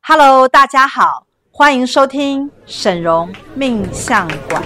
Hello， 大家好，欢迎收听沈荣命相馆。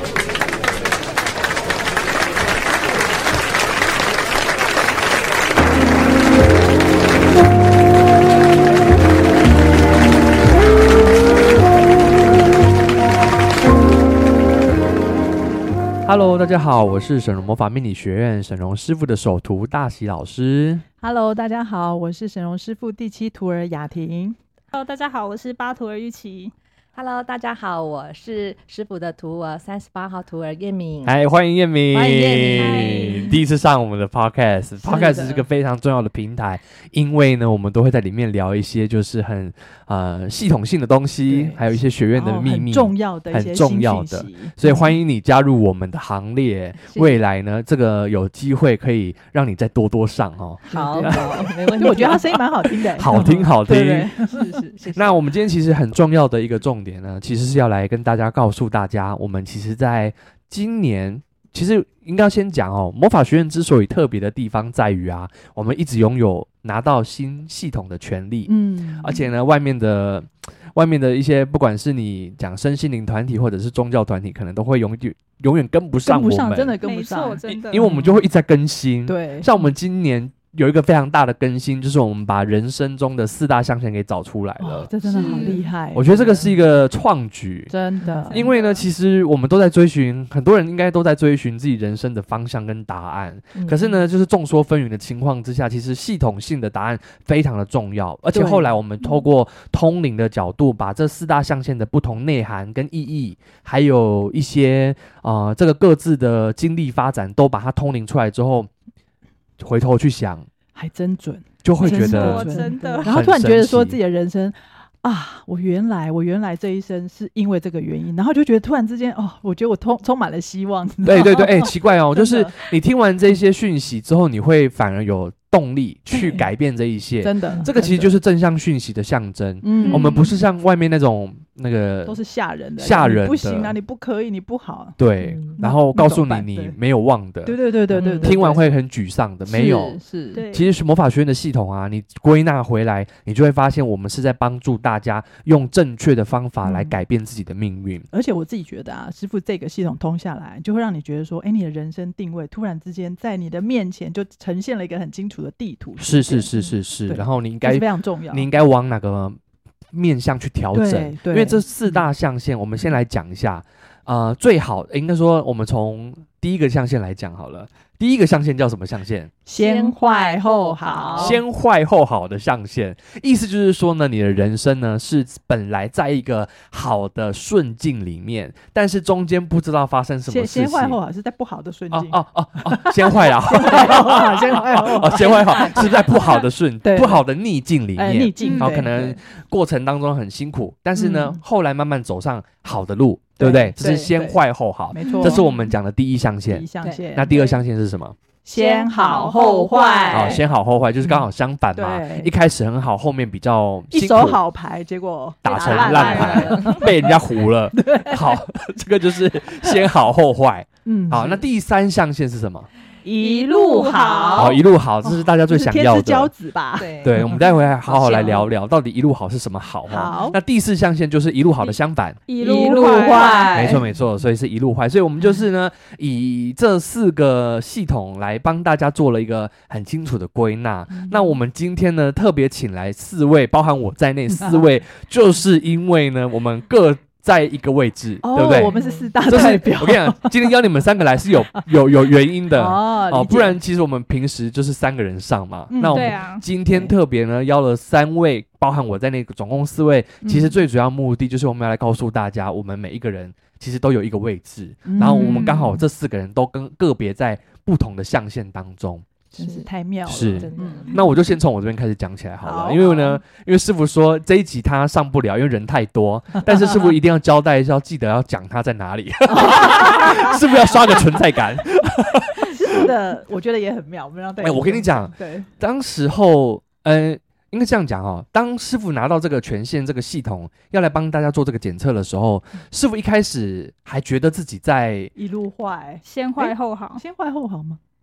Hello， 大家好，我是沈荣魔法命理学院沈荣师傅的首徒大喜老师。 Hello， 大家好，我是沈荣师傅第7徒儿雅婷。 Hello， 大家好，我是8徒儿玉琪。 Hello， 大家好，我是师傅的徒儿38号徒儿叶敏。 欢迎叶敏， 欢迎叶敏，第一次上我们的 Podcast 是个非常重要的平台，因为呢，我们都会在里面聊一些就是很系统性的东西，还有一些学院的秘密， 很重要的一些新讯息， 所以欢迎你加入我们的行列。未来呢，这个有机会可以让你再多多上哦。 好，没问题。 我觉得他声音蛮好听的， 好听， 是，谢谢。 那我们今天其实很重要的一个重点呢，其实是要来跟大家告诉大家，我们其实在今年，其实应该先讲哦，魔法学院之所以特别的地方在于啊，我们一直拥有拿到新系统的权利，而且呢，外面的一些，不管是你讲身心灵团体或者是宗教团体，可能都会永远跟不上我们， 真的跟不上， 真的， 因为我们就会一直在更新。 对， 像我们今年有一个非常大的更新，就是我们把人生中的4大象限给找出来了。 这真的好厉害！ 我觉得这个是一个创举， 真的。 因为呢，其实我们都在追寻，很多人应该都在追寻自己人生的方向跟答案。可是呢，就是众说纷纭的情况之下，其实系统性的答案非常的重要。而且后来我们透过通灵的角度，把这4大象限的不同内涵跟意义，还有一些这个各自的经历发展，都把它通灵出来之后，回头去想， 还真准， 就会觉得真的， 然后突然觉得说自己的人生啊，我原来这一生是因为这个原因，然后就觉得突然之间我觉得我充满了希望。 对，奇怪哦，就是你听完这些讯息之后，你会反而有动力去改变这一切。 真的， 这个其实就是正向讯息的象征。我们不是像外面那种那个都是吓人的， 你不行啊，你不可以，你不好。 对，然后告诉你没有忘的。 对， 听完会很沮丧的。没有， 是。 其实是魔法学院的系统啊，你归纳回来，你就会发现我们是在帮助大家用正确的方法来改变自己的命运。 而且我自己觉得啊，师父这个系统通下来，就会让你觉得说，你的人生定位突然之间在你的面前就呈现了一个很清楚的地图。 是，然后你应该非常重要， 你应该往哪个面向去调整？ 对， 因为这4大象限，我们先来讲一下。最好应该说，我们从第一个象限来讲好了。第一个象限叫什么象限？ 先坏后好。 先坏后好的象限，意思就是说呢，你的人生呢是本来在一个好的顺境里面，但是中间不知道发生什么事情。 先坏后好是在不好的顺境。 先坏啦， 先坏后好， 先坏好是在不好的不好的逆境里面。 逆境， 可能过程当中很辛苦，但是呢，后来慢慢走上好的路。对不对？这是先坏后好， 没错。 这是我们讲的第一象限。那第2象限是什么？ 先好后坏。 先好后坏就是刚好相反嘛。一开始很好，后面比较辛苦， 一手好牌，结果打成烂牌，被人家糊了。好，这个就是先好后坏。好，那第3象限是什么？ 一路好。 一路好，这是大家最想要的。 天之骄子吧？ 对，我们待会好好来聊聊，到底一路好是什么好。 好， 那第4象限就是一路好的相反， 一路坏。 没错，所以是一路坏。所以我们就是呢，以这4个系统来帮大家做了一个很清楚的归纳。那我们今天呢，特别请来4位，包含我在内4位，就是因为呢，我们各在一个位置，对不对？我们是4大代表。 我跟你讲，今天邀你们3个来是有原因的不然其实我们平时就是3个人上嘛。那我们今天特别呢邀了3位，包含我在内，总共4位。其实最主要目的就是我们要来告诉大家，我们每一个人其实都有一个位置，然后我们刚好这4个人都个别在不同的象限当中。 真是太妙了。 是，那我就先从我这边开始讲起来好了。因为师傅说这一集他上不了，因为人太多。但是师傅一定要交代一下，要记得要讲他在哪里。师傅要刷个存在感。 是的，我觉得也很妙。我们让我跟你讲，当时候应该这样讲当师傅拿到这个权限这个系统要来帮大家做这个检测的时候，师傅一开始还觉得自己在一路坏， 先坏后好。 先坏后好吗？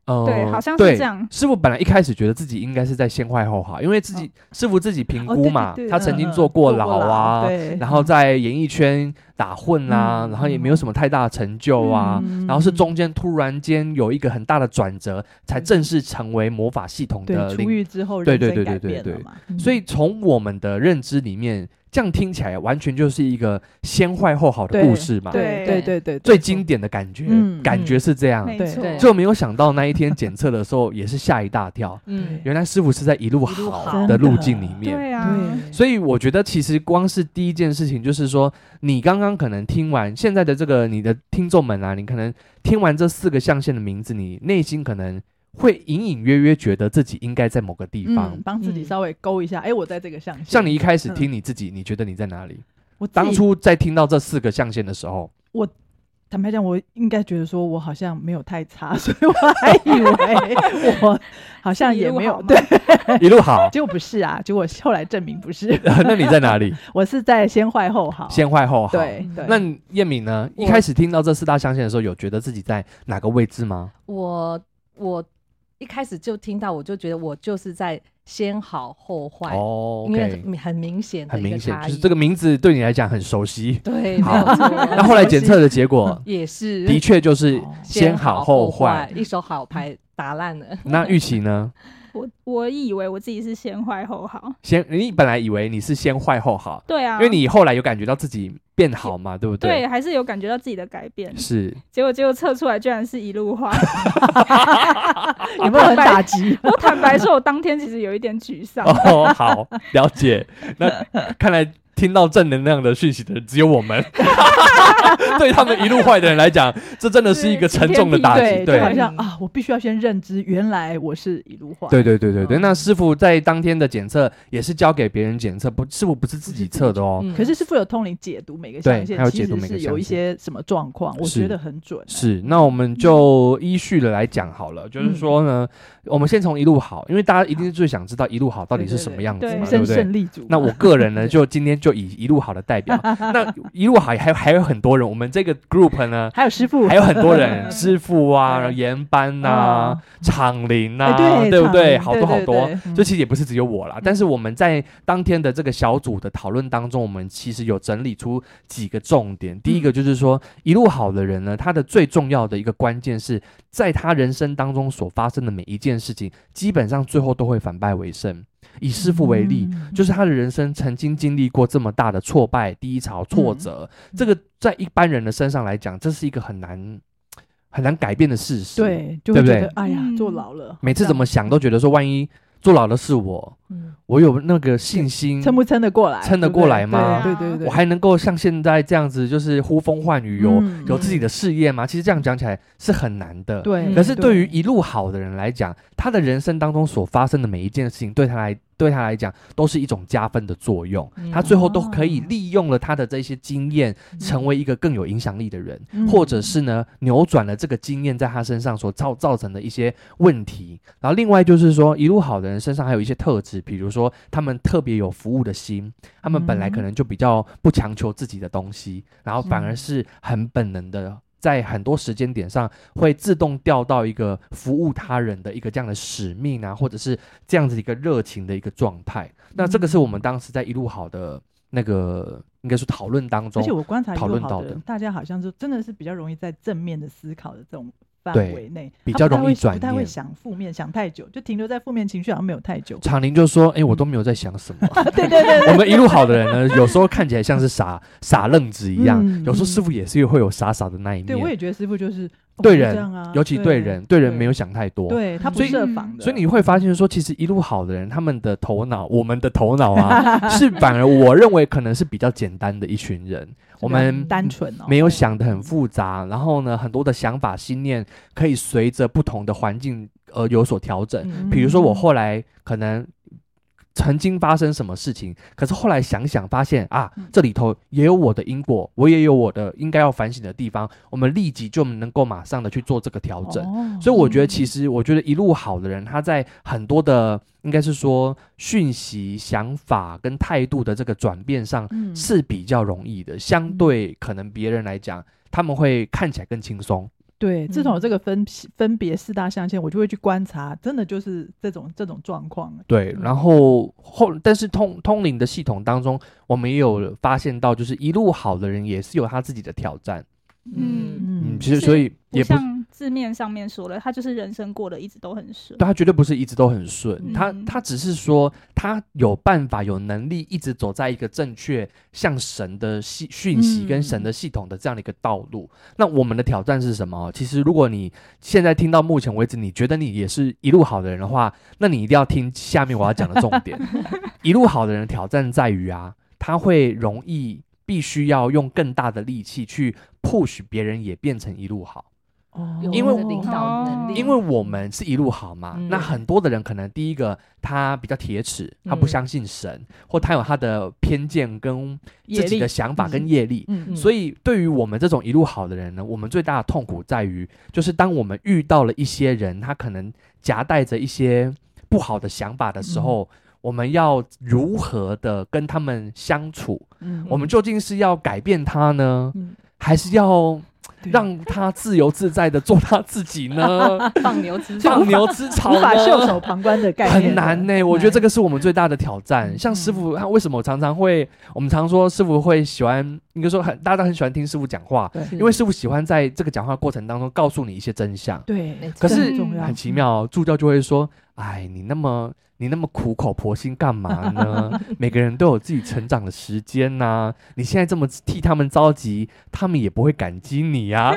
对，好像是对这样。 师傅本来一开始觉得自己应该是在先坏后好，因为师傅自己评估嘛， 对对对他曾经坐过牢啊， 对， 然后在演艺圈打混啊，然后也没有什么太大的成就啊，然后是中间突然间有一个很大的转折，才正式成为魔法系统的出狱之后对人生改变了嘛。 所以从我们的认知里面，这样听起来完全就是一个先坏后好的故事嘛， 对， 最经典的感觉，感觉是这样。 没错， 就没有想到那一天检测的时候也是吓一大跳，原来师傅是在一路好的路径里面。 对啊， 所以我觉得其实光是第一件事情就是说，你刚刚可能听完现在的这个你的听众们啊，你可能听完这4个象限的名字，你内心可能会隐隐约约觉得自己应该在某个地方， 帮自己稍微勾一下，我在这个象限。 像你一开始听你自己，你觉得你在哪里？ 我当初在听到这4个象限的时候， 我坦白讲，我应该觉得说我好像没有太差，所以我还以为我好像也没有对一路好， 结果不是啊，结果后来证明不是。 那你在哪里？ 我是在先坏后好， 先坏后好。 对， 那燕敏呢？一开始听到这4大象限的时候，有觉得自己在哪个位置吗？ 我一开始就听到，我就觉得我就是在先好后坏哦， 因为很明显的一个差异， 就是这个名字对你来讲很熟悉。 对，没有错。 那后来检测的结果也是， 的确就是先好后坏， 一手好牌打烂了。 那玉琪呢？ 我以为我自己是先坏后好， 你本来以为你是先坏后好， 对啊， 因为你后来有感觉到自己变好嘛，对不对？ 对，还是有感觉到自己的改变。 是， 结果测出来居然是一路坏， 有没有很打击？ 我坦白说，我当天其实有一点沮丧。 哦，好，了解。那看来听到正能量的讯息的人只有我们。对他们一路坏的人来讲，这真的是一个沉重的打击。 对，好像我必须要先认知，原来我是一路坏。 对。那师傅在当天的检测也是交给别人检测，师傅不是自己测的哦。 可是师傅有通灵解读每个象限，其实是有一些什么状况，我觉得很准。 是，那我们就依序的来讲好了。就是说呢，我们先从一路好，因为大家一定是最想知道一路好到底是什么样子嘛，对不对？ 胜利组。 那我个人呢，就今天就以一路好的代表。那一路好还有很多人，我们这个 group 呢， 还有师傅， 还有很多人，师傅啊、研班啊、场铃啊，对不对？好多好多，就其实也不是只有我啦。但是我们在当天的这个小组的讨论当中，我们其实有整理出几个重点。第一个就是说，一路好的人呢，他的最重要的一个关键是在他人生当中所发生的每一件事情，基本上最后都会反败为胜。以师父为例，就是他的人生曾经经历过这么大的挫败、低潮、挫折，这个在一般人的身上来讲，这是一个很难改变的事实， 对，就会觉得哎呀，坐牢了， 每次怎么想都觉得说，万一坐牢的是我，我有那个信心， 撑不撑得过来？ 撑得过来吗？ 对， 我还能够像现在这样子，就是呼风唤雨，有自己的事业吗？其实这样讲起来是很难的。 对， 可是对于一路好的人来讲，他的人生当中所发生的每一件事情，对他来讲都是一种加分的作用，他最后都可以利用了他的这些经验，成为一个更有影响力的人，或者是呢扭转了这个经验在他身上所造成的一些问题。然后另外就是说，一路好的人身上还有一些特质，比如说他们特别有服务的心，他们本来可能就比较不强求自己的东西，然后反而是很本能的，在很多时间点上会自动调到一个服务他人的一个这样的使命啊，或者是这样子一个热情的一个状态。那这个是我们当时在一路好的那个应该说讨论当中， 而且我观察一路好的大家好像是真的是比较容易在正面的思考的这种范围内， 比较容易转念， 不太会想负面，想太久，就停留在负面情绪好像没有太久。 场宁就说：“我都没有在想什么。” 对， 我们一路好的人呢，有时候看起来像是傻愣子一样，有时候师傅也是会有傻傻的那一面。 对，我也觉得师傅就是对人， 这样啊， 尤其对人没有想太多， 对他不设防的。 所以你会发现说，其实一路好的人，他们的头脑，我们的头脑啊，是反而我认为可能是比较简单的一群人。我们单纯没有想得很复杂，然后呢，很多的想法信念可以随着不同的环境而有所调整。比如说我后来可能曾经发生什么事情，可是后来想想发现啊，这里头也有我的因果，我也有我的应该要反省的地方，我们立即就能够马上的去做这个调整。所以我觉得一路好的人，他在很多的应该是说讯息、想法跟态度的这个转变上是比较容易的，相对可能别人来讲，他们会看起来更轻松。 对，自从有这个分别4大象限，我就会去观察，真的就是这种状况。 对，然后但是通灵的系统当中，我们也有发现到，就是一路好的人也是有他自己的挑战。其实所以也不像字面上面说的，他就是人生过得一直都很顺。 对，他绝对不是一直都很顺，他只是说他有办法有能力一直走在一个正确向神的讯息跟神的系统的这样的一个道路。那我们的挑战是什么？其实如果你现在听到目前为止你觉得你也是一路好的人的话，那你一定要听下面我要讲的重点。一路好的人的挑战在于他会容易必须要用更大的力气去 push 别人也变成一路好。因为领导能力， 因为我们是一路好嘛，那很多的人可能第一个他比较铁齿，他不相信神，或他有他的偏见跟自己的想法跟业力，所以对于我们这种一路好的人呢，我们最大的痛苦在于，就是当我们遇到了一些人，他可能夹带着一些不好的想法的时候，我们要如何的跟他们相处？我们究竟是要改变他呢，还是要让他自由自在的做他自己呢？ 放牛吃草呢？ 无法袖手旁观的概念很难呢。我觉得这个是我们最大的挑战。像师父，他为什么我们常说师父会喜欢，应该说大家都很喜欢听师父讲话，因为师父喜欢在这个讲话过程当中告诉你一些真相。 对， 可是很奇妙，助教就会说：“哎，你那么苦口婆心干嘛呢？每个人都有自己成长的时间呐，你现在这么替他们着急，他们也不会感激你啊。”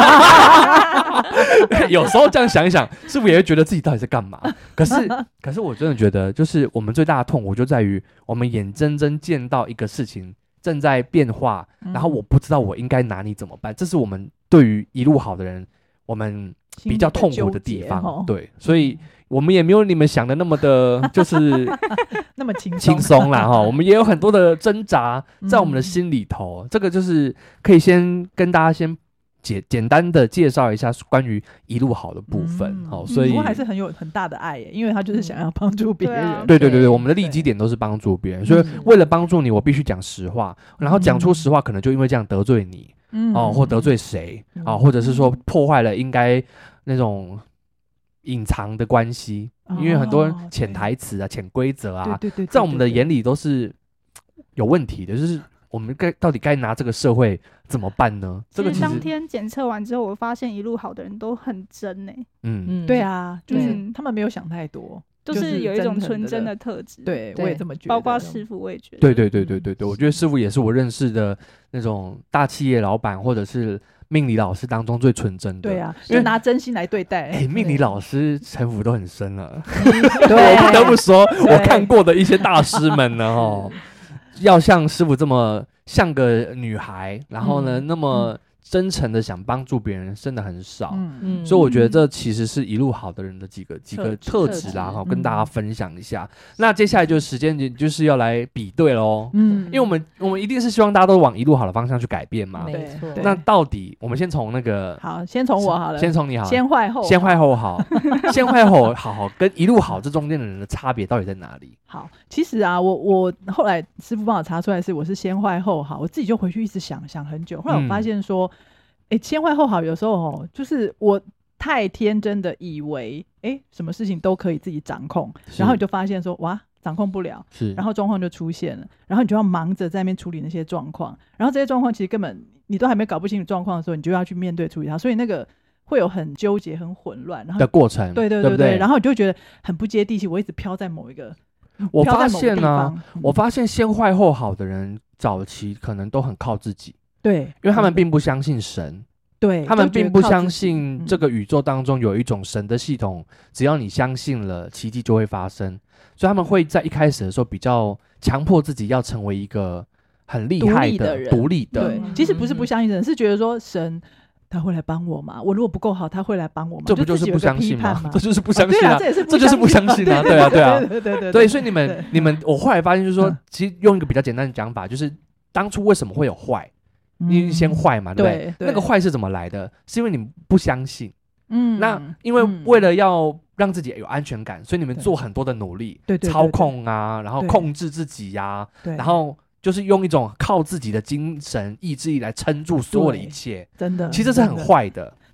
有时候这样想一想，师父也会觉得自己到底在干嘛。可是我真的觉得，就是我们最大的痛苦就在于，我们眼睁睁见到一个事情正在变化，然后我不知道我应该拿你怎么办。这是我们对于一路好的人，我们比较痛苦的地方。对，所以我们也没有你们想的那么的，就是那么轻松啦哈。我们也有很多的挣扎在我们的心里头。这个就是可以先跟大家先简单的介绍一下关于一路好的部分。所以还是很大的爱耶，因为他就是想要帮助别人。 对，我们的立基点都是帮助别人，所以为了帮助你，我必须讲实话，然后讲出实话，可能就因为这样得罪你，或得罪谁，或者是说破坏了应该那种隐藏的关系，因为很多潜台词啊、潜规则啊，在我们的眼里都是有问题的，就是我们到底该拿这个社会怎么办呢？这个其实当天检测完之后，我发现一路好的人都很真对啊，就是他们没有想太多， 就是有一种纯真的特质。 对，我也这么觉得。 包括师父，我也觉得。 对，我觉得师父也是我认识的那种大企业老板或者是命理老师当中最纯真的。 对啊，就拿真心来对待。 命理老师城府都很深了。对，我不得不说，我看过的一些大师们呢，要像师父这么像个女孩，然后呢，那么真诚的想帮助别人，真的很少。所以我觉得这其实是一路好的人的几个特质啦，跟大家分享一下。那接下来就是时间就是要来比对咯。因为我们一定是希望大家都往一路好的方向去改变嘛。 没错。 那到底我们先从那个好，先从我好了， 先从你好了， 先坏后好，先坏后好跟一路好这中间的人的差别到底在哪里？ 好，其实啊，我后来师父帮我查出来是我是先坏后好，我自己就回去一直想很久，后来我发现说，先坏后好有时候就是我太天真的以为什么事情都可以自己掌控，然后你就发现说哇掌控不了，然后状况就出现了，然后你就要忙着在那边处理那些状况，然后这些状况其实根本你都还没搞不清楚状况的时候，你就要去面对处理它，所以那个会有很纠结很混乱然后的过程， 对，然后你就觉得很不接地气，我一直飘在某一个我发现我发现先坏后好的人早期可能都很靠自己，对，因为他们并不相信神，对，他们并不相信这个宇宙当中有一种神的系统，只要你相信了，奇迹就会发生，所以他们会在一开始的时候比较强迫自己要成为一个很厉害的独立的人，对， 其实不是不相信神，是觉得说神他会来帮我吗？我如果不够好，他会来帮我吗？ 这不就是不相信吗？这就是不相信啊！ 这就是不相信啊！对啊， 对， 所以你们，我后来发现就是说，其实用一个比较简单的讲法，就是当初为什么会有坏？你先坏嘛，对不对？那个坏是怎么来的？是因为你们不相信。那因为为了要让自己有安全感，所以你们做很多的努力，操控啊，然后控制自己呀，然后就是用一种靠自己的精神意志力来撑住所有的一切，真的，其实是很坏的。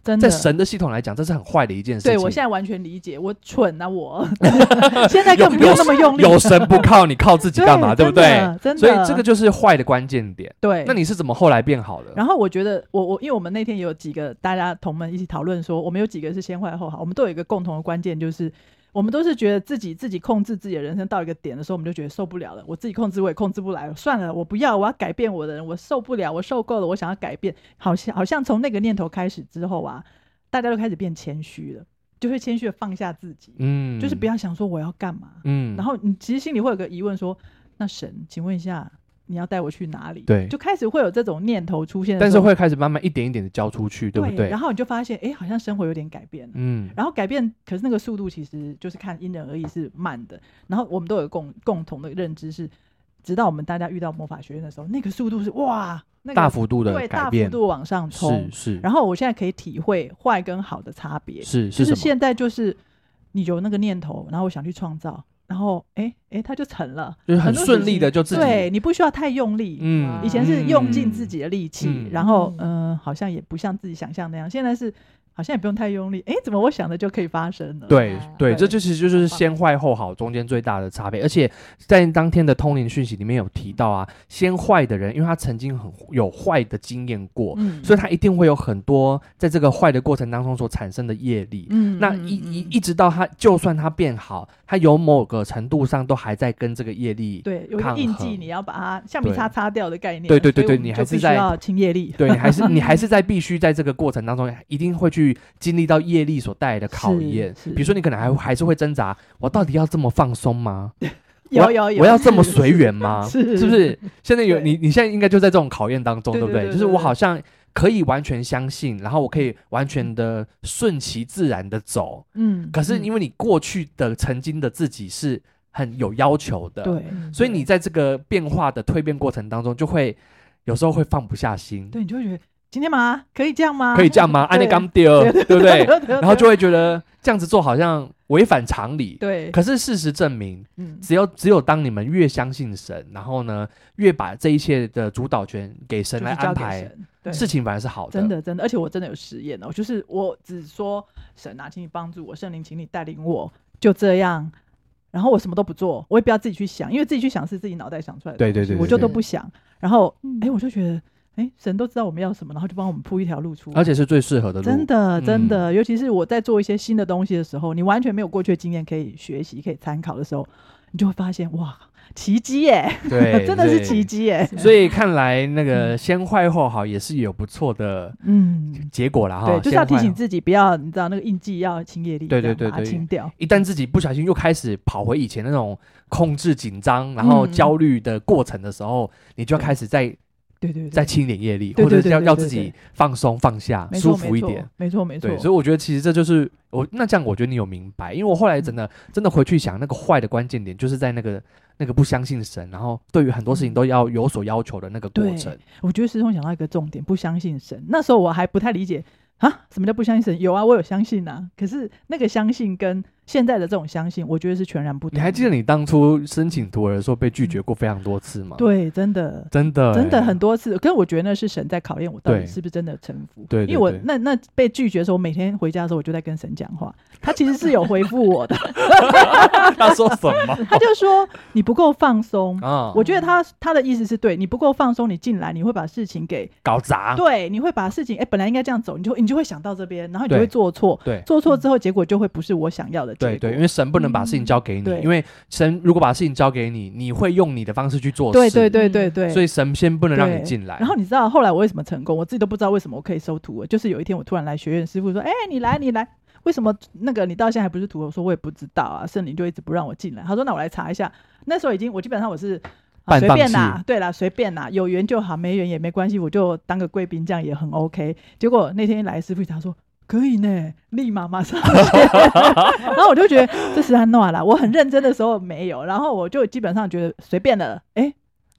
真的在神的系统来讲，这是很坏的一件事情。 对，我现在完全理解，我蠢啊我现在根本不用那么用力， 有神不靠你靠自己干嘛？对不对？ 真的， 所以这个就是坏的关键点。 对， 那你是怎么后来变好的？ 然后我觉得因为我们那天也有几个大家同们一起讨论说，我们有几个是先坏后好，我们都有一个共同的关键，就是我们都是觉得自己控制自己的人生到一个点的时候，我们就觉得受不了了，我自己控制我也控制不来，算了，我不要，我要改变我的人，我受不了，我受够了，我想要改变。好像从那个念头开始之后啊，大家都开始变谦虚了，就会谦虚的放下自己，就是不要想说我要干嘛，然后你其实心里会有个疑问说，那神，请问一下，你要带我去哪里？ 对， 就开始会有这种念头出现的时候， 但是会开始慢慢一点一点的交出去，对不对？ 然后你就发现，好像生活有点改变了。然后改变，可是那个速度其实就是看因人而异，是慢的。然后我们都有共同的认知是，直到我们大家遇到魔法学院的时候，那个速度是哇，那个大幅度的改变， 大幅度往上冲。 是。 然后我现在可以体会坏跟好的差别，就是现在就是你有那个念头，然后我想去创造。然后它就成了， 就是很顺利的就自己， 对，你不需要太用力，以前是用尽自己的力气，然后好像也不像自己想象那样，现在是好像也不用太用力，怎么我想的就可以发生了？ 对，这就其实就是先坏后好中间最大的差别。而且在当天的通灵讯息里面有提到啊，先坏的人，因为他曾经很有坏的经验过，所以他一定会有很多在这个坏的过程当中所产生的业力。那一直到他，就算他变好，他有某个程度上都还在跟这个业力对有一个印记，你要把它橡皮擦擦掉的概念。 对，你还是在要清业力。 对，你还是在必须在这个过程当中一定会去经历到业力所带来的考验。比如说你可能还是会挣扎，我到底要这么放松吗？我要这么随缘吗？是不是？现在你现在应该就在这种考验当中，对不对？就是我好像可以完全相信，然后我可以完全的顺其自然的走，可是因为你过去的曾经的自己是很有要求的，对，所以你在这个变化的蜕变过程当中，就会有时候会放不下心， 对，你就会觉得今天嘛可以这样吗？ 可以这样吗？按那刚丢，对不对？然后就会觉得这样子做好像违反常理， 对。 可是事实证明，只有当你们越相信神，然后呢，越把这一切的主导权给神来安排，事情反而是好的。 真的，真的，而且我真的有实验哦，就是我只说神啊，请你帮助我，圣灵，请你带领我，就这样。然后我什么都不做，我也不要自己去想，因为自己去想是自己脑袋想出来的东西，对，我就都不想。然后，我就觉得。神都知道我们要什么，然后就帮我们铺一条路出来， 而且是最适合的路。 真的，尤其是我在做一些新的东西的时候，你完全没有过去的经验可以学习、可以参考的时候，你就会发现哇，奇迹耶！ 对， 真的是奇迹耶！ 所以看来那个先坏后好也是有不错的结果啦哈。 对，就是要提醒自己不要，你知道那个印记要清业力，对，把它清掉。 一旦自己不小心又开始跑回以前那种控制、紧张，然后焦虑的过程的时候，你就要开始再轻一点业力，或者是要自己放松放下，舒服一点。 没错。 对，所以我觉得其实这就是那这样我觉得你有明白，因为我后来真的回去想，那个坏的关键点就是在那个不相信神，然后对于很多事情都要有所要求的那个过程。 我觉得师兄讲到一个重点，不相信神。那时候我还不太理解什么叫不相信神？有啊，我有相信啊，可是那个相信跟现在的这种相信，我觉得是全然不同。 你还记得你当初申请徒儿的时候被拒绝过非常多次吗？ 对，真的很多次。可是我觉得那是神在考验我到底是不是真的臣服。对，因为我那被拒绝的时候，我每天回家的时候我就在跟神讲话，他其实是有回复我的。 他说什么？ 他就说你不够放松。我觉得他的意思是对，你不够放松，你进来你会把事情给搞砸。 对，你会把事情本来应该这样走，你就会想到这边，然后你就会做错。 对， 做错之后结果就会不是我想要的。 对，因为神不能把事情交给你，因为神如果把事情交给你，你会用你的方式去做事。对，所以神先不能让你进来。 然后你知道后来我为什么成功？我自己都不知道为什么我可以收徒儿。就是有一天我突然来学院，师父说：“你来，为什么那个你到现在还不是徒儿？”我说：“我也不知道啊，圣灵就一直不让我进来。”他说：“那我来查一下。”那时候我基本上我是随便啦，对啦，随便啦，有缘就好，没缘也没关系，我就当个贵宾，这样也很 OK。结果那天一来，师父他说。可以呢，立马马上然后我就觉得这是安诺啦，我很认真的时候没有，然后我就基本上觉得随便了，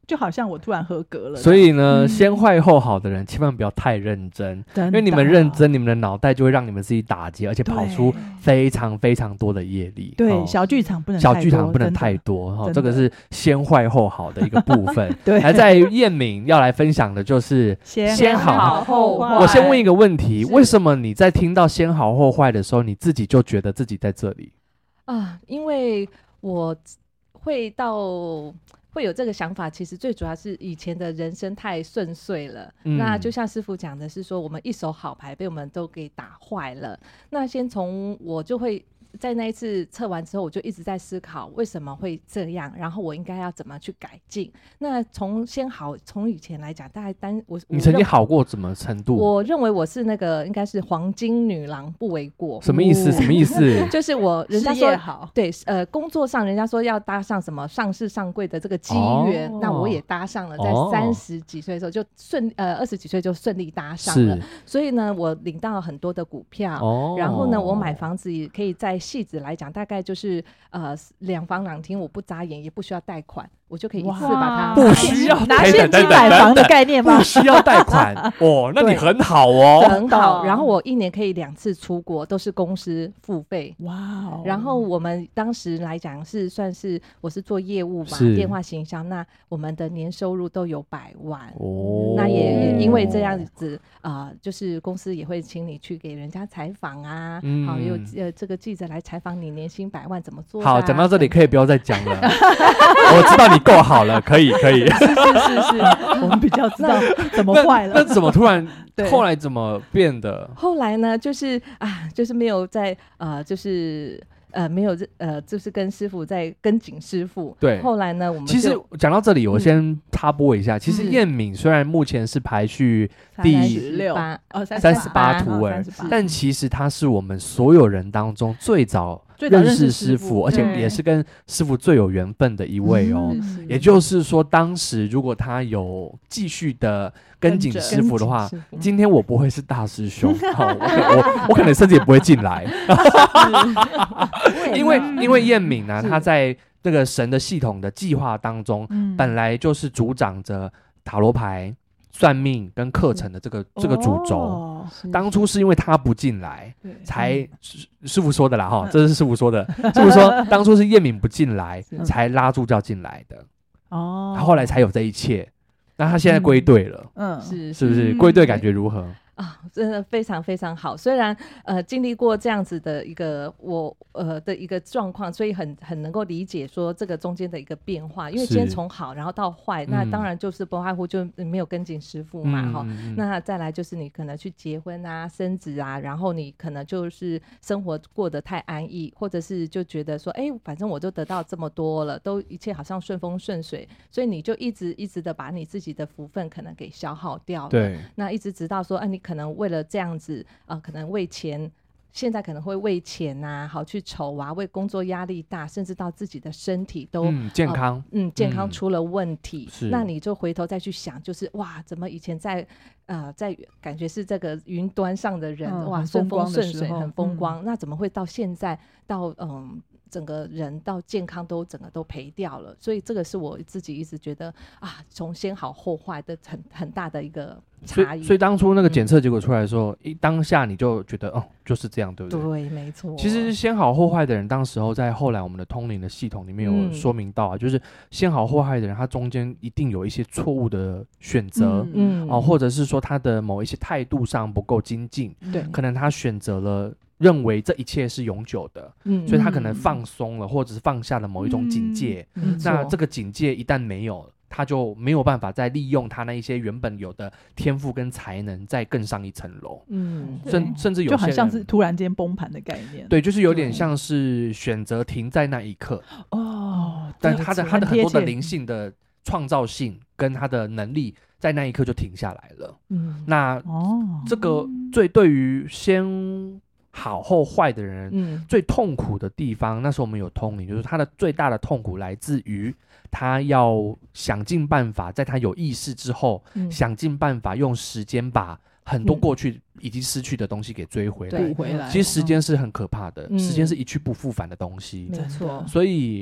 就好像我突然合格了。 所以呢，先坏后好的人千万不要太认真，因为你们认真，你们的脑袋就会让你们自己打结，而且跑出非常非常多的业力。 对，小剧场不能太多，这个是先坏后好的一个部分。 对， 还在燕敏要来分享的就是先好后坏。 我先问一个问题，为什么你在听到先好后坏的时候，你自己就觉得自己在这里啊？因为我会有这个想法，其实最主要是以前的人生太顺遂了。那就像师父讲的是说，我们一手好牌被我们都给打坏了。那先从我就会在那一次测完之后，我就一直在思考为什么会这样，然后我应该要怎么去改进。那从以前来讲，大概你曾经好过什么程度？ 我认为我是那个应该是黄金女郎不为过。 什么意思？什么意思？ 就是人家说好，对，工作上人家说要搭上什么上市上柜的这个机缘，那我也搭上了，在30几岁的时候就20几岁就顺利搭上了。所以呢，我领到了很多的股票，然后呢，我买房子也可以在戏子来讲，大概就是2房2厅，我不眨眼也不需要贷款，我就可以一次把它不需要拿现金买房的概念吗？ 不需要贷款哦，那你很好哦， 很好。然后我1年可以2次出国，都是公司付费。 哇哦！ 然后我们当时来讲算是我是做业务嘛，电话行销，那我们的年收入都有100万哦。那也因为这样子就是公司也会请你去给人家采访啊，好有这个记者来采访你年薪100万怎么做。 好，讲到这里可以不要再讲了，我知道你够好了，可以。 是， 我们比较知道怎么坏了。 那怎么突然后来怎么变的？ 后来呢，就是没有在就是没有就是跟师傅在跟紧师傅。对，后来呢，我们其实讲到这里，我先插播一下。其实燕敏虽然目前是排序第38图但其实他是我们所有人当中最早认识师傅，而且也是跟师傅最有缘分的一位哦。也就是说，当时如果他有继续的跟紧师傅的话，今天我不会是大师兄，我可能甚至也不会进来。因为燕敏呢，他在这个神的系统的计划当中，本来就是主掌着塔罗牌、算命跟课程的这个主轴。当初是因为他不进来，才师傅说的啦哈，这是师傅说的。师傅说当初是燕敏不进来，才拉助教进来的。哦，他后来才有这一切。那他现在归队了，是不是？归队感觉如何？ 真的非常非常好。虽然经历过这样子的一个的一个状况，所以很能够理解说这个中间的一个变化。因为今天从好然后到坏，那当然就是不外乎就没有跟紧师傅嘛那再来就是你可能去结婚啊、生子啊，然后你可能就是生活过得太安逸，或者是就觉得说反正我就得到这么多了，都一切好像顺风顺水，所以你就一直的把你自己的福分可能给消耗掉了。对，那一直直到说你可能为了这样子可能为钱，现在可能会为钱啊好去筹啊，为工作压力大，甚至到自己的身体都健康健康出了问题，那你就回头再去想，就是哇怎么以前在感觉是这个云端上的人哇顺风顺水很风光，那怎么会到现在到整个人到健康都整个都赔掉了。所以这个是我自己一直觉得从先好后坏的很大的一个差异。 所以当初那个检测结果出来的时候，当下你就觉得就是这样，对不对？ 对，没错。 其实先好后坏的人，当时候在后来我们的通灵的系统里面有说明到就是先好后坏的人，他中间一定有一些错误的选择，或者是说他的某一些态度上不够精进，对，可能他选择了认为这一切是永久的，所以他可能放松了，或者是放下了某一种警戒。那这个警戒一旦没有，他就没有办法再利用他那一些原本有的天赋跟才能再更上一层楼。甚至有些人就很像是突然间崩盘的概念。 对，就是有点像是选择停在那一刻。但他的很多的灵性的创造性跟他的能力在那一刻就停下来了。那这个对于先好后坏的人最痛苦的地方，那时候我们有通灵，就是他的最大的痛苦来自于他要想尽办法在他有意识之后想尽办法用时间把很多过去已经失去的东西给追回来。其实时间是很可怕的，时间是一去不复返的东西， 没错。 所以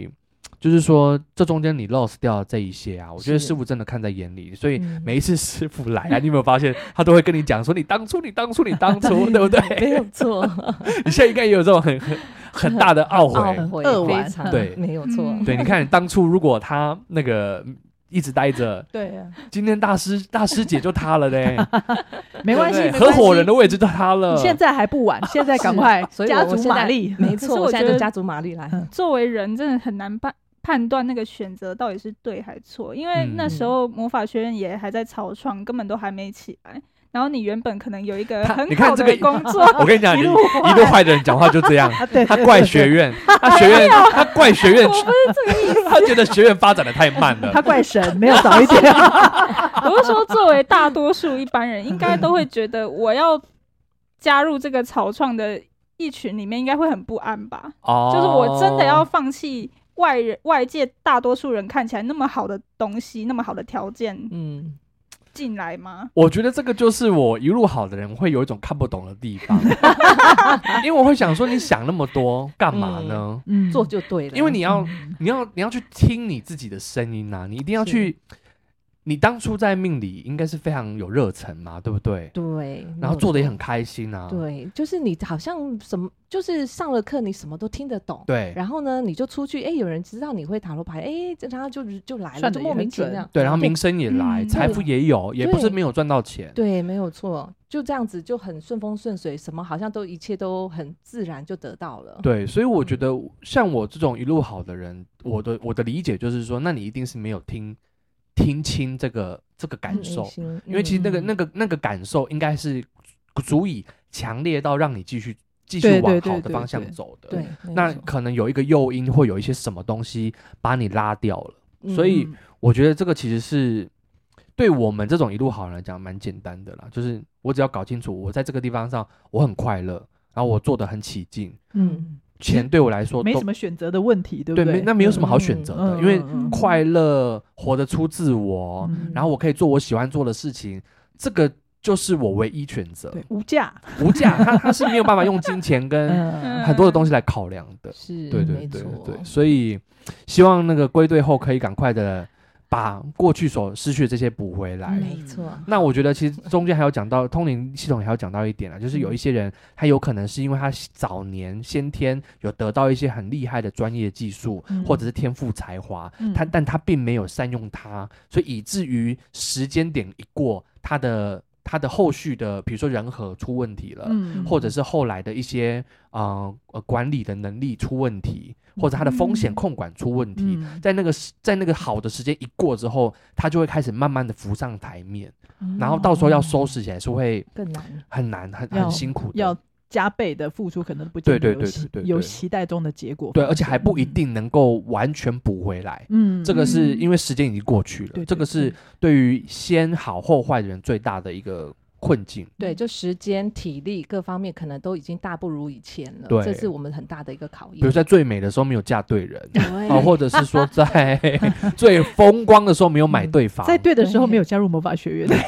就是说这中间你 lost 掉的这一些啊，我觉得师傅真的看在眼里，所以每一次师傅来啊，你有没有发现他都会跟你讲说你当初对不对？ 没有错， 你现在应该也有这种很大的懊悔， 非常对， 没有错。 对，你看当初如果他那个一直待着， 对啊， 今天大师姐就他了嘞， 没关系， 合伙人的位置就他了， 现在还不晚，现在赶快加足马力， 没错，我现在就加足马力来。 作为人真的很难判断那个选择到底是对还错，因为那时候魔法学院也还在草创，根本都还没起来。然后你原本可能有一个很好的工作， 我跟你讲，一路坏的人讲话就这样，他怪学院，他怪学院， 我不是这个意思， 他觉得学院发展的太慢了， 他怪神没有早一点。 我是说，作为大多数一般人，应该都会觉得我要加入这个草创的一群里面，应该会很不安吧？就是我真的要放弃外界大多数人看起来那么好的东西，那么好的条件，进来吗？ 我觉得这个就是我一路好的人会有一种看不懂的地方，因为我会想说，你想那么多干嘛呢？ 做就对了， 因为你要去听你自己的声音啊，你一定要去。你当初在命理应该是非常有热忱嘛，对不对？ 对， 然后做的也很开心啊。 对，就是你好像什么，就是上了课你什么都听得懂。 对， 然后呢，你就出去，有人知道你会塔罗牌，然后就来了，就莫名其妙。 对，然后名声也来，财富也有，也不是没有赚到钱。 对，没有错，就这样子就很顺风顺水，什么好像一切都很自然就得到了。 对，所以我觉得像我这种一路好的人，我的理解就是说，那你一定是没有听清这个感受，因为其实那个感受应该是足以强烈到让你继续往好的方向走的。 对， 那可能有一个诱因，或有一些什么东西把你拉掉了。所以我觉得这个其实是对我们这种一路好人来讲蛮简单的啦，就是我只要搞清楚我在这个地方上我很快乐，然后我做得很起劲，钱对我来说没什么选择的问题，对不对？ 对，那没有什么好选择的，因为快乐，活得出自我，然后我可以做我喜欢做的事情，这个就是我唯一选择。 对，无价， 它是没有办法用金钱跟很多的东西来考量的。 是， 对，所以希望那个归队后可以赶快的把过去所失去的这些补回来。 没错。 那我觉得其实中间还有讲到通灵系统，还有讲到一点啊，就是有一些人他有可能是因为他早年先天有得到一些很厉害的专业技术，或者是天赋才华，但他并没有善用它，所以以至于时间点一过，他的后续的比如说人和出问题了，或者是后来的一些管理的能力出问题，或者他的风险控管出问题，在那个好的时间一过之后，他就会开始慢慢的浮上台面，然后到时候要收拾起来是会更难， 很难，很辛苦的， 要加倍的付出，可能不见得有期待中的结果。 对，而且还不一定能够完全补回来。这个是因为时间已经过去了，这个是对于先好后坏的人最大的一个困境。 对，就时间、体力各方面可能都已经大不如以前了。 对， 这是我们很大的一个考验。 比如在最美的时候没有嫁对人，或者是说在最风光的时候没有买对房， 在对的时候没有加入魔法学院。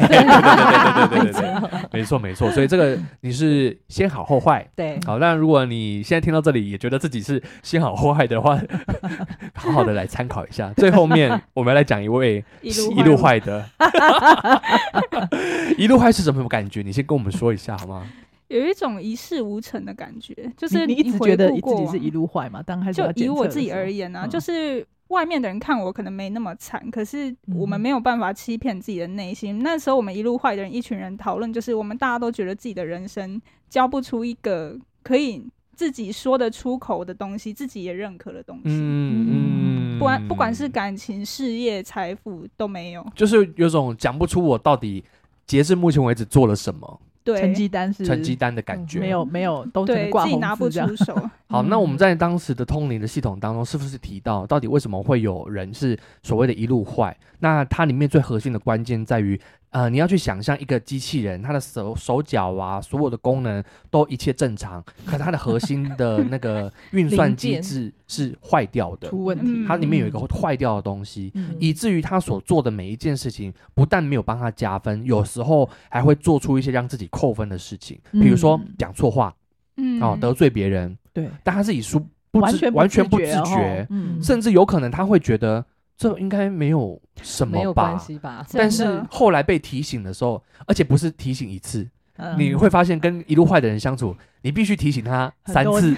对，没错。所以这个你是先好后坏。 对， 好，那如果你现在听到这里也觉得自己是先好后坏的话，好好的来参考一下。最后面我们要来讲一位一路坏的。一路坏是什么感觉？你先跟我们说一下好吗？ 有一种一事无成的感觉，就是你一直觉得自己是一路坏嘛？当开始就以我自己而言啊，就是外面的人看我可能没那么惨，可是我们没有办法欺骗自己的内心。那时候我们一路坏的人，一群人讨论，就是我们大家都觉得自己的人生交不出一个可以自己说得出口的东西，自己也认可的东西。不管是感情、事业、财富都没有， 就是有种讲不出我到底截至目前为止做了什么。 对， 成绩单的感觉， 没有都对自己拿不出手。 好，那我们在当时的通灵的系统当中，是不是提到到底为什么会有人是所谓的一路坏？那它里面最核心的关键在于，你要去想象一个机器人，它的手脚啊，所有的功能都一切正常，可是它的核心的那个运算机制是坏掉的， 出问题。 它里面有一个坏掉的东西，以至于他所做的每一件事情，不但没有帮他加分，有时候还会做出一些让自己扣分的事情，比如说讲错话，得罪别人。 对， 但他是以完全不自觉，甚至有可能他会觉得这应该没有什么吧， 没有关系吧。 但是后来被提醒的时候，而且不是提醒一次，你会发现跟一路坏的人相处，你必须提醒他3次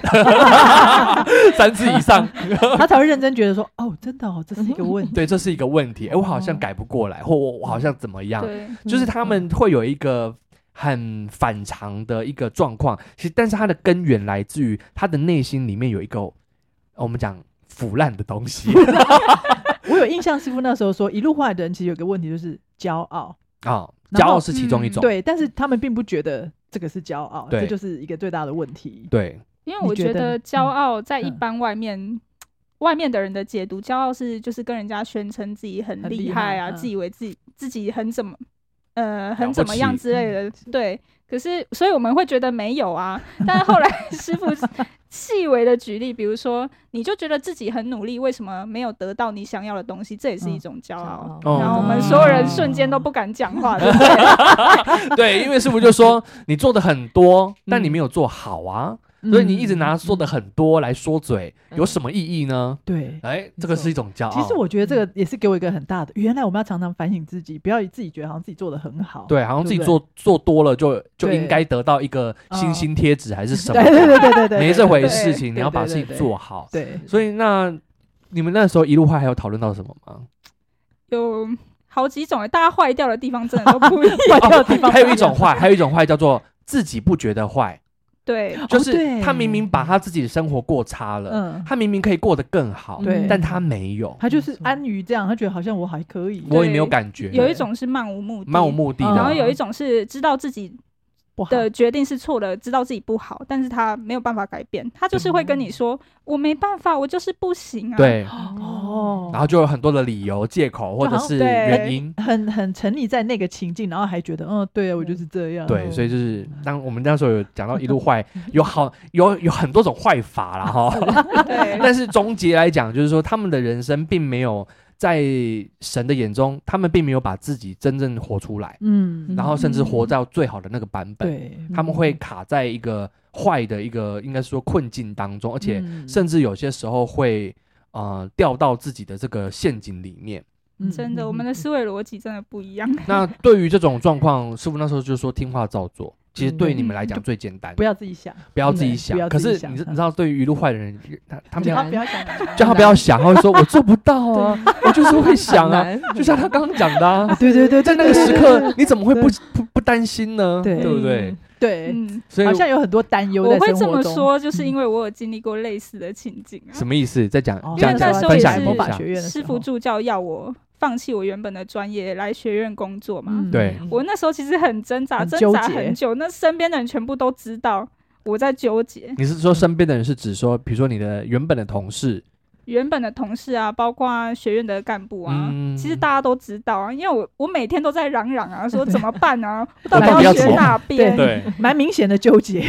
3次以上他才会认真觉得说哦真的哦这是一个问题对，这是一个问题，我好像改不过来，或我好像怎么样，就是他们会有一个很反常的一个状况，其实但是它的根源来自于他的内心里面有一个我们讲腐烂的东西我有印象师傅那时候说一路坏的人其实有个问题就是骄傲骄傲是其中一种， 对，但是他们并不觉得这个是骄傲，这就是一个最大的问题。 对， 因为我觉得骄傲在一般外面的人的解读，骄傲是就是跟人家宣称自己很厉害啊，自以为自己很怎么样之类的，对。可是所以我们会觉得没有啊，但是后来师傅细微的举例，比如说你就觉得自己很努力，为什么没有得到你想要的东西，这也是一种骄傲，然后我们所有人瞬间都不敢讲话，对不对？ 对，因为师傅就说你做的很多，但你没有做好啊，所以你一直拿说的很多来说嘴，有什么意义呢？ 对， 这个是一种骄傲。 其实我觉得这个也是给我一个很大的，原来我们要常常反省自己，不要自己觉得好像自己做的很好， 对，好像自己做多了就应该得到一个星星贴纸还是什么？ 对， 没这回事情，你要把事情做好。 对， 所以那你们那时候一路坏还有讨论到什么吗？ 有好几种，大家坏掉的地方真的都不一样。 坏掉的地方还有一种坏叫做自己不觉得坏。 对， 就是他明明把他自己的生活过差了，他明明可以过得更好，但他没有， 他就是安于这样，他觉得好像我还可以， 我也没有感觉。 有一种是漫无目的的， 然后有一种是知道自己的决定是错的，知道自己不好，但是他没有办法改变，他就是会跟你说我没办法，我就是不行啊。 对，然后就有很多的理由、借口或者是原因， 很沉溺在那个情境，然后还觉得对啊，我就是这样。 对，所以就是当我们那时候有讲到一路坏，有很多种坏法啦哈。但是终结来讲，就是说他们的人生并没有在神的眼中，他们并没有把自己真正活出来，然后甚至活在最好的那个版本，他们会卡在一个坏的一个应该说困境当中，而且甚至有些时候会掉到自己的这个陷阱里面。 真的，我们的思维逻辑真的不一样。 那对于这种状况，师傅那时候就说听话照做，其实对你们来讲最简单， 不要自己想， 不要自己想。可是你知道，对于一路坏的人，他们叫他不要想， 叫他不要想，他会说我做不到啊，我就是会想啊，就像他刚刚讲的啊， 对， 在那个时刻你怎么会不担心呢？对不对？ 对，所以好像有很多担忧在生活中。 我会这么说，就是因为我有经历过类似的情境啊。 什么意思？再讲分享魔法学院的师傅助教要我放弃我原本的专业来学院工作嘛。 对， 我那时候其实很挣扎很久，那身边的人全部都知道我在纠结。 你是说身边的人是指说，比如说你的原本的同事？ 原本的同事啊，包括学院的干部啊，其实大家都知道啊，因为我每天都在嚷嚷啊，说怎么办啊，到底要学哪边？ 对， 蛮明显的纠结。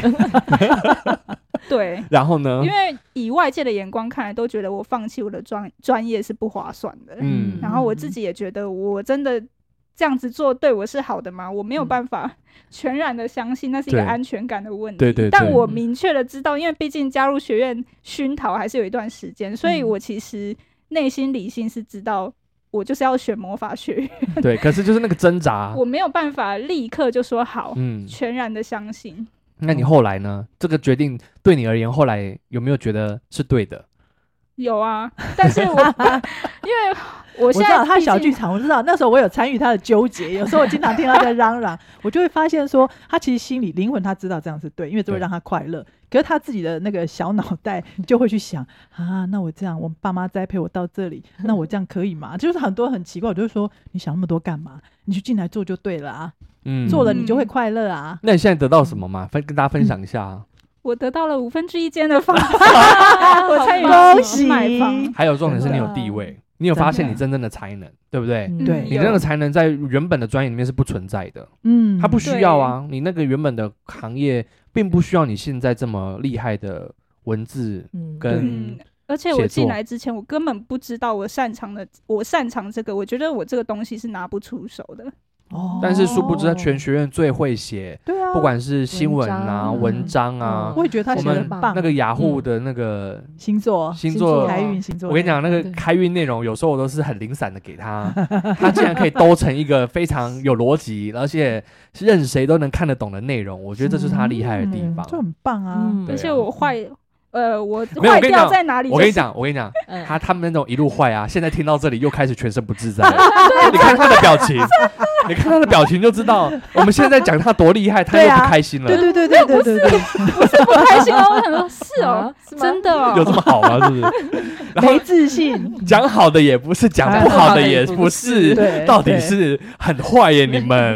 对， 然后呢？ 因为以外界的眼光看来，都觉得我放弃我的专业是不划算的。然后我自己也觉得，我真的这样子做对我是好的吗？我没有办法全然的相信，那是一个安全感的问题。对，但我明确的知道，因为毕竟加入学院熏陶还是有一段时间，所以我其实内心理性是知道我就是要选魔法学院。 对，可是就是那个挣扎， 我没有办法立刻就说好，全然的相信。 那你后来呢？这个决定对你而言，后来有没有觉得是对的？ 有啊，但是因为我现在知道他小剧场，我知道那时候我有参与他的纠结，有时候我经常听他在嚷嚷，我就会发现说，他其实心里灵魂他知道这样是对，因为这会让他快乐。可是他自己的那个小脑袋就会去想啊，那我这样，我爸妈栽培我到这里，那我这样可以吗？就是很多很奇怪，我就会说，你想那么多干嘛？你就进来做就对了啊，做了你就会快乐啊。 那你现在得到什么嘛？跟大家分享一下啊。 我得到了1/5间的房子，我参与恭喜买房。 还有重点是你有地位，你有发现你真正的才能，对不对？ 对， 你那个才能在原本的专业里面是不存在的，它不需要啊。你那个原本的行业并不需要你现在这么厉害的文字跟而且我进来之前，我根本不知道我擅长这个，我觉得我这个东西是拿不出手的。 但是殊不知他全学院最会写， 对啊， 不管是新闻啊、文章啊， 我也觉得他写得很棒。 那个雅虎的那个星座开运星座， 我跟你讲，那个开运内容有时候我都是很零散的给他，他竟然可以兜成一个非常有逻辑，而且任谁都能看得懂的内容，我觉得这就是他厉害的地方， 就很棒啊！ 而且我我坏掉在哪里？ 我跟你讲，他们那种一路坏啊，现在听到这里又开始全身不自在了。你看他的表情，你看他的表情就知道，我们现在讲他多厉害，他又不开心了。 对， 不是不开心哦，我想说是哦，真的哦， 有这么好吗？是不是？ 没自信， 讲好的也不是，讲不好的也不是，到底是很坏耶，你们。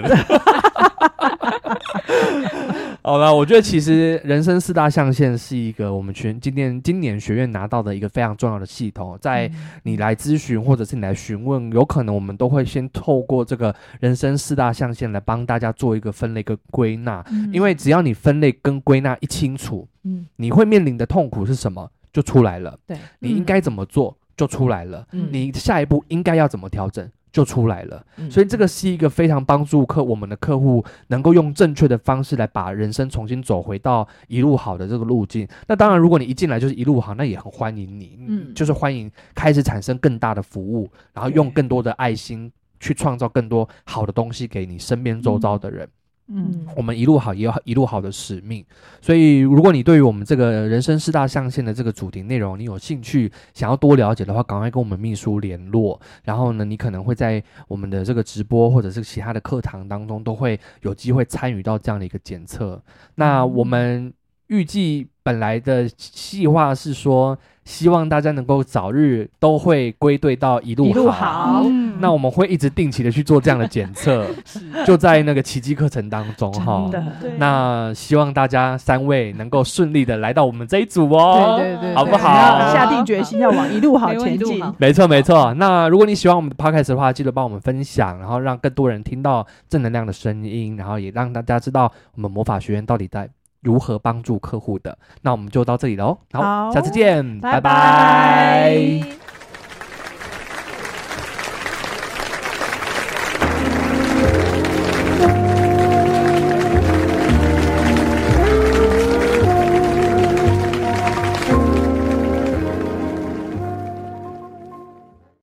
好了，我觉得其实人生4大象限是一个我们今年学院拿到的一个非常重要的系统，在你来咨询或者是你来询问，有可能我们都会先透过这个人生4大象限来帮大家做一个分类跟归纳，因为只要你分类跟归纳一清楚，你会面临的痛苦是什么就出来了，对，你应该怎么做就出来了，你下一步应该要怎么调整就出来了，所以这个是一个非常帮助我们的客户能够用正确的方式来把人生重新走回到一路好的这个路径。那当然，如果你一进来就是一路好，那也很欢迎你，就是欢迎开始产生更大的服务，然后用更多的爱心去创造更多好的东西给你身边周遭的人。我们一路好也有一路好的使命，所以如果你对于我们这个人生4大象限的这个主题内容你有兴趣想要多了解的话，赶快跟我们秘书联络，然后呢你可能会在我们的这个直播或者是其他的课堂当中都会有机会参与到这样的一个检测。那我们预计本来的计划是说希望大家能够早日都会归队到一路好，那我们会一直定期的去做这样的检测就在那个奇迹课程当中哈。那希望大家3位能够顺利的来到我们这一组哦，对，好不好？ 下定决心要往一路好前进。 没错。那如果你喜欢我们的 podcast 的话，记得帮我们分享，然后让更多人听到正能量的声音，然后也让大家知道我们魔法学院到底在如何帮助客户的。那我们就到这里喽，好，下次见，拜拜。